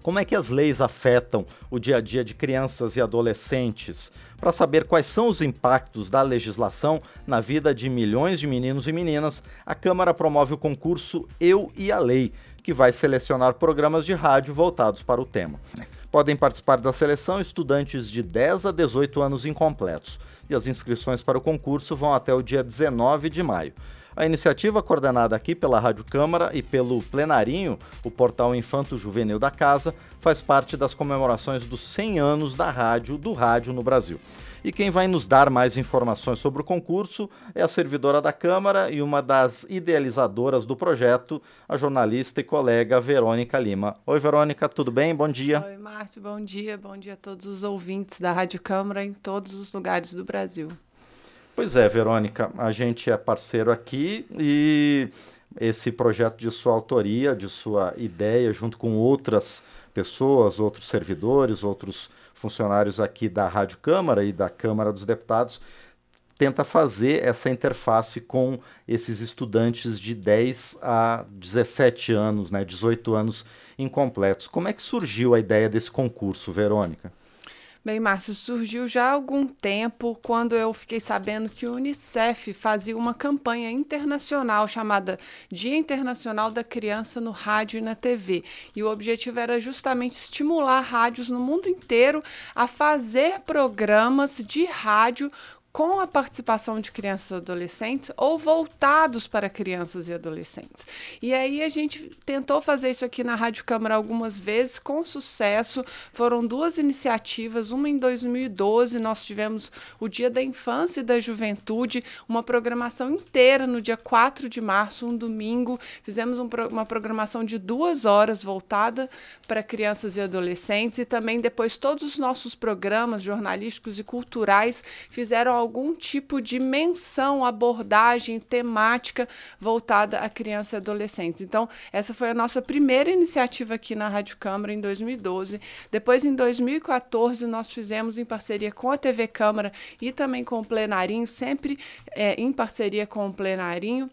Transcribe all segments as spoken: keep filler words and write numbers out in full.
Como é que as leis afetam o dia a dia de crianças e adolescentes? Para saber quais são os impactos da legislação na vida de milhões de meninos e meninas, a Câmara promove o concurso Eu e a Lei, que vai selecionar programas de rádio voltados para o tema. Podem participar da seleção estudantes de dez a dezoito anos incompletos, e as inscrições para o concurso vão até o dia dezenove de maio. A iniciativa, coordenada aqui pela Rádio Câmara e pelo Plenarinho, o portal Infanto-Juvenil da Casa, faz parte das comemorações dos cem anos da rádio, do rádio no Brasil. E quem vai nos dar mais informações sobre o concurso é a servidora da Câmara e uma das idealizadoras do projeto, a jornalista e colega Verônica Lima. Oi, Verônica, tudo bem? Bom dia. Oi, Márcio, bom dia. Bom dia a todos os ouvintes da Rádio Câmara em todos os lugares do Brasil. Pois é, Verônica, a gente é parceiro aqui e esse projeto de sua autoria, de sua ideia, junto com outras pessoas, outros servidores, outros funcionários aqui da Rádio Câmara e da Câmara dos Deputados, tenta fazer essa interface com esses estudantes de dez a dezessete anos, né, dezoito anos incompletos. Como é que surgiu a ideia desse concurso, Verônica? Bem, Márcio, surgiu já há algum tempo quando eu fiquei sabendo que o Unicef fazia uma campanha internacional chamada Dia Internacional da Criança no Rádio e na T V. E o objetivo era justamente estimular rádios no mundo inteiro a fazer programas de rádio com a participação de crianças e adolescentes ou voltados para crianças e adolescentes. E aí a gente tentou fazer isso aqui na Rádio Câmara algumas vezes, com sucesso. Foram duas iniciativas, uma em dois mil e doze, nós tivemos o Dia da Infância e da Juventude, uma programação inteira no dia quatro de março, um domingo. Fizemos um, uma programação de duas horas voltada para crianças e adolescentes, e também depois todos os nossos programas jornalísticos e culturais fizeram algum tipo de menção, abordagem temática voltada a crianças e adolescentes. Então, essa foi a nossa primeira iniciativa aqui na Rádio Câmara em dois mil e doze. Depois, em dois mil e quatorze, nós fizemos em parceria com a T V Câmara e também com o Plenarinho, sempre é, em parceria com o Plenarinho,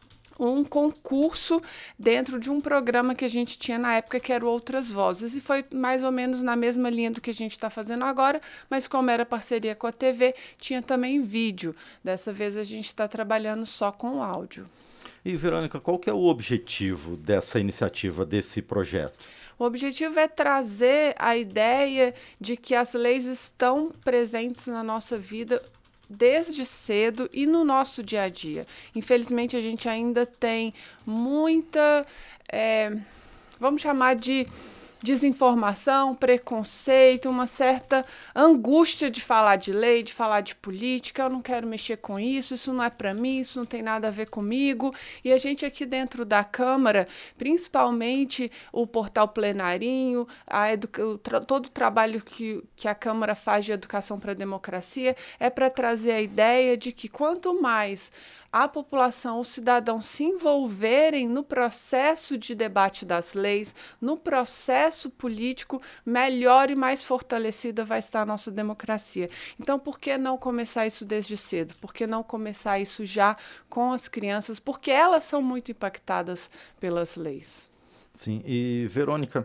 um concurso dentro de um programa que a gente tinha na época, que era o Outras Vozes, e foi mais ou menos na mesma linha do que a gente está fazendo agora, mas como era parceria com a T V, tinha também vídeo. Dessa vez a gente está trabalhando só com áudio. E, Verônica, qual que é o objetivo dessa iniciativa, desse projeto? O objetivo é trazer a ideia de que as leis estão presentes na nossa vida desde cedo e no nosso dia a dia. Infelizmente, a gente ainda tem muita, é, vamos chamar de desinformação, preconceito, uma certa angústia de falar de lei, de falar de política. Eu não quero mexer com isso, isso não é para mim, isso não tem nada a ver comigo. E a gente aqui dentro da Câmara, principalmente o portal Plenarinho, a educa- o tra- todo o trabalho que, que a Câmara faz de educação para a democracia, é para trazer a ideia de que quanto mais a população, os cidadãos se envolverem no processo de debate das leis, no processo político, melhor e mais fortalecida vai estar a nossa democracia. Então, por que não começar isso desde cedo? Por que não começar isso já com as crianças? Porque elas são muito impactadas pelas leis. Sim, e Verônica,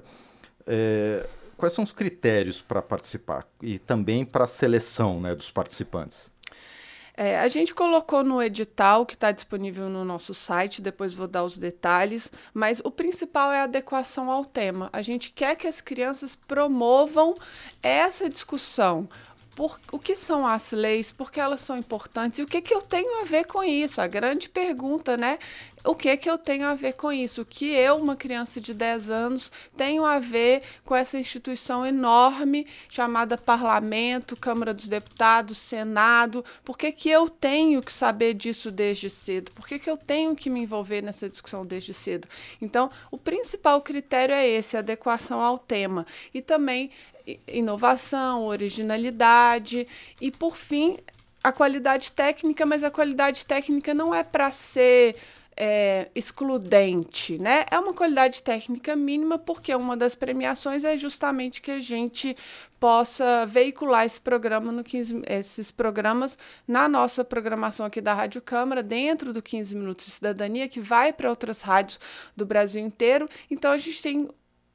é, quais são os critérios para participar e também para a seleção, né, dos participantes? É, a gente colocou no edital que está disponível no nosso site, depois vou dar os detalhes, mas o principal é a adequação ao tema. A gente quer que as crianças promovam essa discussão. Por, o que são as leis, por que elas são importantes e o que, que eu tenho a ver com isso? A grande pergunta, né? O que, que eu tenho a ver com isso? O que eu, uma criança de dez anos, tenho a ver com essa instituição enorme chamada Parlamento, Câmara dos Deputados, Senado? Por que, que eu tenho que saber disso desde cedo? Por que, que eu tenho que me envolver nessa discussão desde cedo? Então, o principal critério é esse, a adequação ao tema. E também inovação, originalidade e, por fim, a qualidade técnica, mas a qualidade técnica não é para ser é, excludente, né? É uma qualidade técnica mínima, porque uma das premiações é justamente que a gente possa veicular esse programa no quinze, esses programas na nossa programação aqui da Rádio Câmara, dentro do quinze Minutos de Cidadania, que vai para outras rádios do Brasil inteiro. Então, a gente tem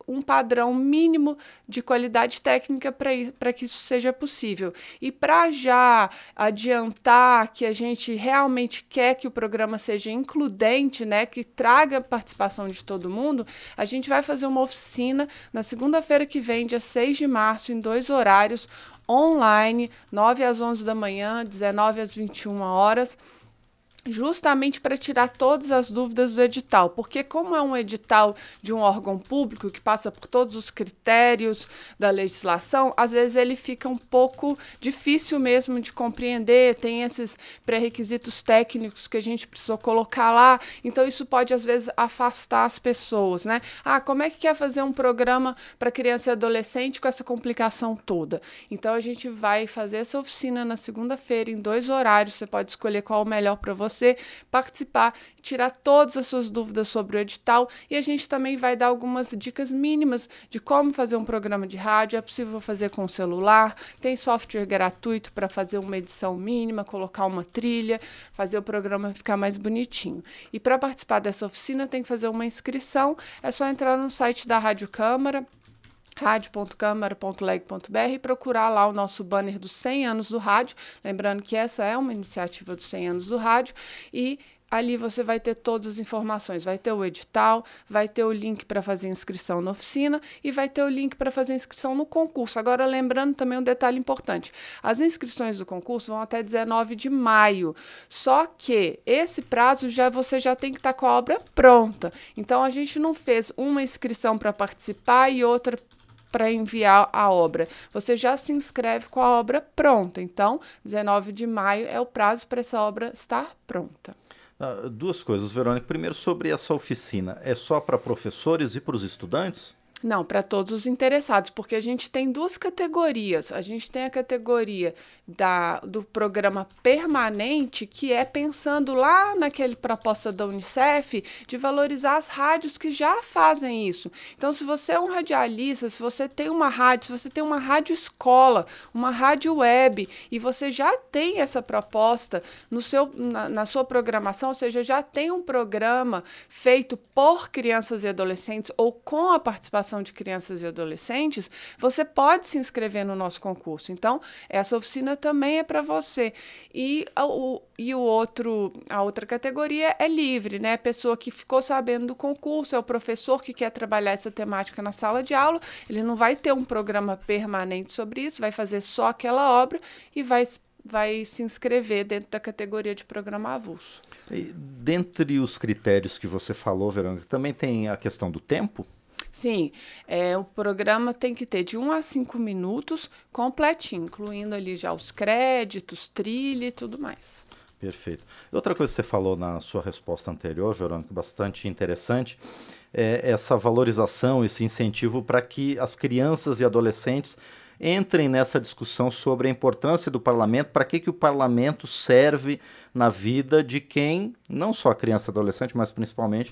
um padrão mínimo de qualidade técnica para que isso seja possível. E para já adiantar que a gente realmente quer que o programa seja includente, né, que traga a participação de todo mundo, a gente vai fazer uma oficina na segunda-feira que vem, dia seis de março, em dois horários, online, nove às onze da manhã, dezenove às vinte e uma horas, justamente para tirar todas as dúvidas do edital, porque como é um edital de um órgão público que passa por todos os critérios da legislação, às vezes ele fica um pouco difícil mesmo de compreender, tem esses pré-requisitos técnicos que a gente precisou colocar lá, então isso pode às vezes afastar as pessoas, né? Ah, como é que quer fazer um programa para criança e adolescente com essa complicação toda? Então a gente vai fazer essa oficina na segunda-feira em dois horários, você pode escolher qual é o melhor para você, você participar, tirar todas as suas dúvidas sobre o edital, e a gente também vai dar algumas dicas mínimas de como fazer um programa de rádio. É possível fazer com o celular, tem software gratuito para fazer uma edição mínima, colocar uma trilha, fazer o programa ficar mais bonitinho. E para participar dessa oficina tem que fazer uma inscrição, é só entrar no site da Rádio Câmara, rádio ponto câmara ponto leg ponto br, e procurar lá o nosso banner dos cem anos do rádio, lembrando que essa é uma iniciativa dos cem anos do rádio, e ali você vai ter todas as informações, vai ter o edital, vai ter o link para fazer inscrição na oficina e vai ter o link para fazer inscrição no concurso. Agora, lembrando também um detalhe importante, as inscrições do concurso vão até dezenove de maio, só que esse prazo já você já tem que estar com a obra pronta, então a gente não fez uma inscrição para participar e outra para enviar a obra. Você já se inscreve com a obra pronta. Então, dezenove de maio é o prazo para essa obra estar pronta. Uh, duas coisas, Verônica. Primeiro, sobre essa oficina. É só para professores e para os estudantes? Não, para todos os interessados, porque a gente tem duas categorias. A gente tem a categoria da, do programa permanente, que é pensando lá naquela proposta da Unicef de valorizar as rádios que já fazem isso. Então, se você é um radialista, se você tem uma rádio, se você tem uma rádio escola, uma rádio web, e você já tem essa proposta no seu, na, na sua programação, ou seja, já tem um programa feito por crianças e adolescentes ou com a participação de crianças e adolescentes, você pode se inscrever no nosso concurso. Então, essa oficina também é para você. E, o, e o outro, a outra categoria é livre, né? A pessoa que ficou sabendo do concurso, é o professor que quer trabalhar essa temática na sala de aula, ele não vai ter um programa permanente sobre isso, vai fazer só aquela obra e vai vai se inscrever dentro da categoria de programa avulso. E, dentre os critérios que você falou, Verônica, também tem a questão do tempo? Sim, é, o programa tem que ter de um a cinco minutos completinho, incluindo ali já os créditos, trilha e tudo mais. Perfeito. Outra coisa que você falou na sua resposta anterior, Verônica, bastante interessante, é essa valorização, esse incentivo para que as crianças e adolescentes entrem nessa discussão sobre a importância do parlamento, para que, que o parlamento serve na vida de quem, não só a criança e adolescente, mas principalmente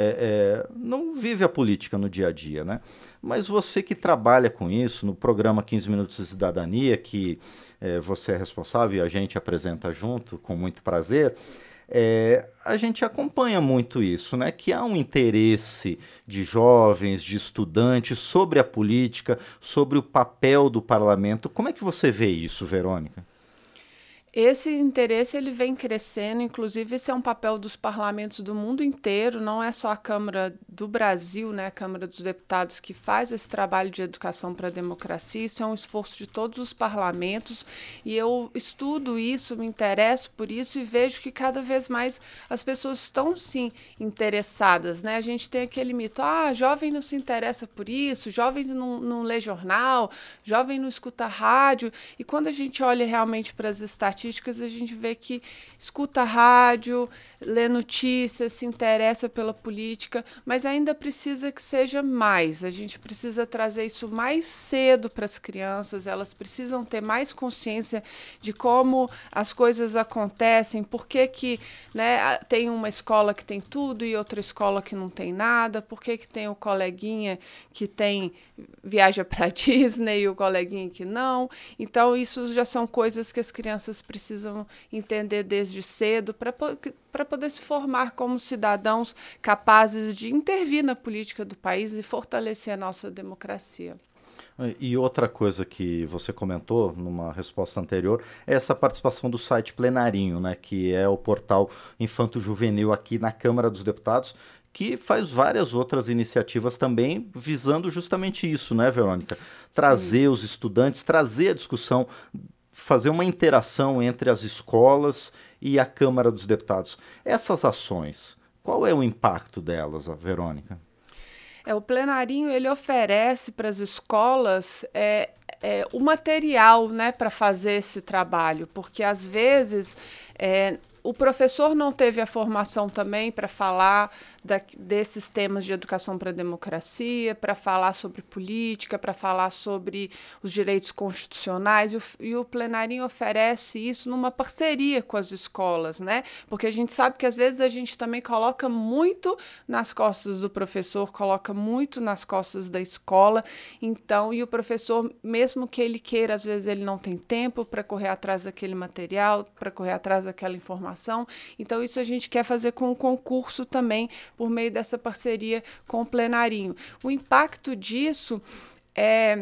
É, é, não vive a política no dia a dia, né? Mas você que trabalha com isso, no programa quinze Minutos de Cidadania, que é, você é responsável e a gente apresenta junto, com muito prazer, é, a gente acompanha muito isso, né? Que há um interesse de jovens, de estudantes sobre a política, sobre o papel do parlamento. Como é que você vê isso, Verônica? Esse interesse ele vem crescendo, inclusive esse é um papel dos parlamentos do mundo inteiro, não é só a Câmara do Brasil, né, a Câmara dos Deputados, que faz esse trabalho de educação para a democracia, isso é um esforço de todos os parlamentos, e eu estudo isso, me interesso por isso e vejo que cada vez mais as pessoas estão, sim, interessadas, né? A gente tem aquele mito, ah, jovem não se interessa por isso, jovem não, não lê jornal, jovem não escuta rádio, e quando a gente olha realmente para as estatísticas, a gente vê que escuta rádio, lê notícias, se interessa pela política, mas ainda precisa que seja mais. A gente precisa trazer isso mais cedo para as crianças, elas precisam ter mais consciência de como as coisas acontecem, por que que, né, tem uma escola que tem tudo e outra escola que não tem nada, por que que tem o coleguinha que tem viaja para Disney e o coleguinha que não. Então, isso já são coisas que as crianças precisam entender desde cedo para para poder se formar como cidadãos capazes de intervir na política do país e fortalecer a nossa democracia. E outra coisa que você comentou numa resposta anterior é essa participação do site Plenarinho, né, que é o portal infanto-juvenil aqui na Câmara dos Deputados, que faz várias outras iniciativas também visando justamente isso, né, Verônica? Trazer Sim. os estudantes, trazer a discussão, fazer uma interação entre as escolas e a Câmara dos Deputados. Essas ações, qual é o impacto delas, Verônica? É, o Plenarinho ele oferece para as escolas é, é, o material, né, para fazer esse trabalho, porque às vezes é, o professor não teve a formação também para falar da, desses temas de educação para a democracia, para falar sobre política, para falar sobre os direitos constitucionais, e o, e o Plenarinho oferece isso numa parceria com as escolas, né? Porque a gente sabe que às vezes a gente também coloca muito nas costas do professor, coloca muito nas costas da escola, então, e o professor, mesmo que ele queira, às vezes ele não tem tempo para correr atrás daquele material, para correr atrás daquela informação, então isso a gente quer fazer com o concurso também, por meio dessa parceria com o Plenarinho. O impacto disso é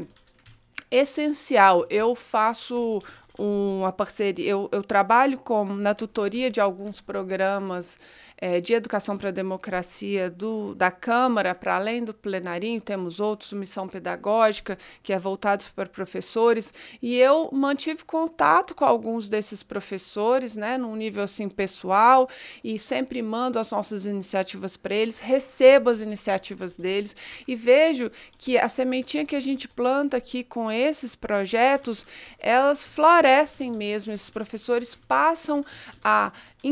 essencial. Eu faço uma parceria, eu, eu trabalho com, na tutoria de alguns programas é, de educação para a democracia do, da Câmara, para além do Plenarinho, temos outros, Missão Pedagógica, que é voltado para professores, e eu mantive contato com alguns desses professores, né, num nível assim pessoal, e sempre mando as nossas iniciativas para eles, recebo as iniciativas deles, e vejo que a sementinha que a gente planta aqui com esses projetos, elas florescem mesmo, esses professores passam a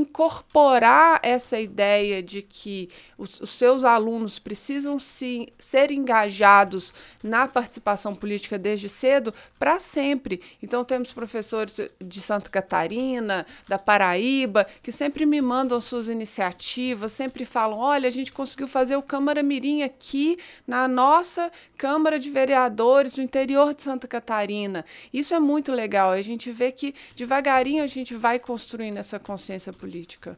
incorporar essa ideia de que os, os seus alunos precisam se, ser engajados na participação política desde cedo para sempre. Então, temos professores de Santa Catarina, da Paraíba, que sempre me mandam suas iniciativas, sempre falam, olha, a gente conseguiu fazer o Câmara Mirim aqui na nossa Câmara de Vereadores do interior de Santa Catarina. Isso é muito legal. A gente vê que devagarinho a gente vai construindo essa consciência política. política.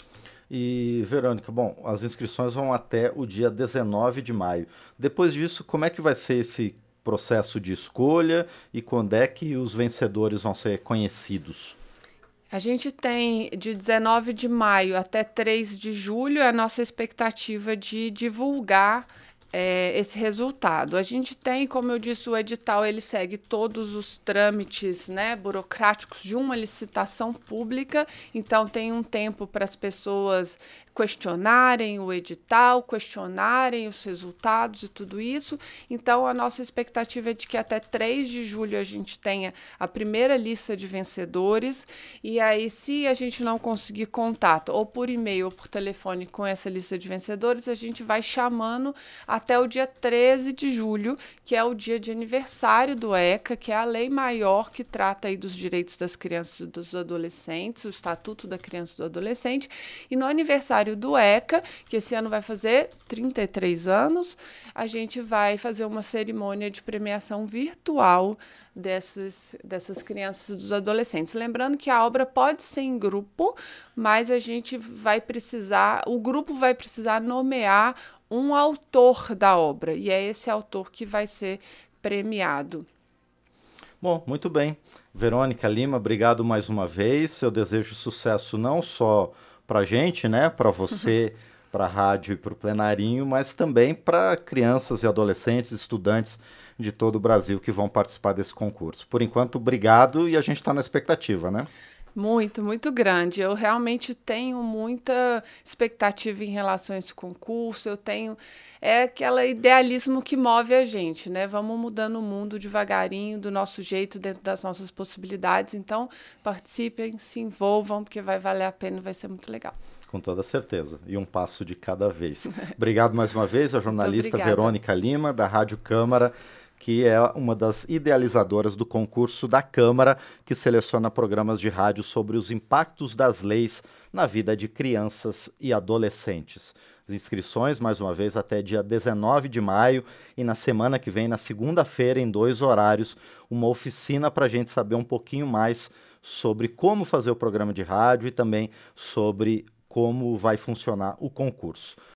E, Verônica, bom, as inscrições vão até o dia dezenove de maio. Depois disso, como é que vai ser esse processo de escolha e quando é que os vencedores vão ser conhecidos? A gente tem de dezenove de maio até três de julho a nossa expectativa de divulgar É, esse resultado. A gente tem, como eu disse, o edital ele segue todos os trâmites, né, burocráticos de uma licitação pública, então tem um tempo para as pessoas questionarem o edital, questionarem os resultados e tudo isso. Então, a nossa expectativa é de que até três de julho a gente tenha a primeira lista de vencedores, e aí, se a gente não conseguir contato, ou por e-mail ou por telefone com essa lista de vencedores, a gente vai chamando até o dia treze de julho, que é o dia de aniversário do ECA, que é a lei maior que trata aí dos direitos das crianças e dos adolescentes, o Estatuto da Criança e do Adolescente, e no aniversário do ECA, que esse ano vai fazer trinta e três anos, a gente vai fazer uma cerimônia de premiação virtual dessas, dessas crianças e dos adolescentes. Lembrando que a obra pode ser em grupo, mas a gente vai precisar, o grupo vai precisar nomear um autor da obra, e é esse autor que vai ser premiado. Bom, muito bem. Verônica Lima, obrigado mais uma vez. Eu desejo sucesso não só para a gente, né, para você, para a rádio e para o Plenarinho, mas também para crianças e adolescentes, estudantes de todo o Brasil que vão participar desse concurso. Por enquanto, obrigado e a gente está na expectativa, né? Muito, muito grande. Eu realmente tenho muita expectativa em relação a esse concurso. Eu tenho é aquele idealismo que move a gente, né? Vamos mudando o mundo devagarinho, do nosso jeito, dentro das nossas possibilidades. Então, participem, se envolvam, porque vai valer a pena e vai ser muito legal. Com toda certeza. E um passo de cada vez. Obrigado mais uma vez, a jornalista Verônica Lima, da Rádio Câmara, que é uma das idealizadoras do concurso da Câmara, que seleciona programas de rádio sobre os impactos das leis na vida de crianças e adolescentes. As inscrições, mais uma vez, até dia dezenove de maio e na semana que vem, na segunda-feira, em dois horários, uma oficina para a gente saber um pouquinho mais sobre como fazer o programa de rádio e também sobre como vai funcionar o concurso.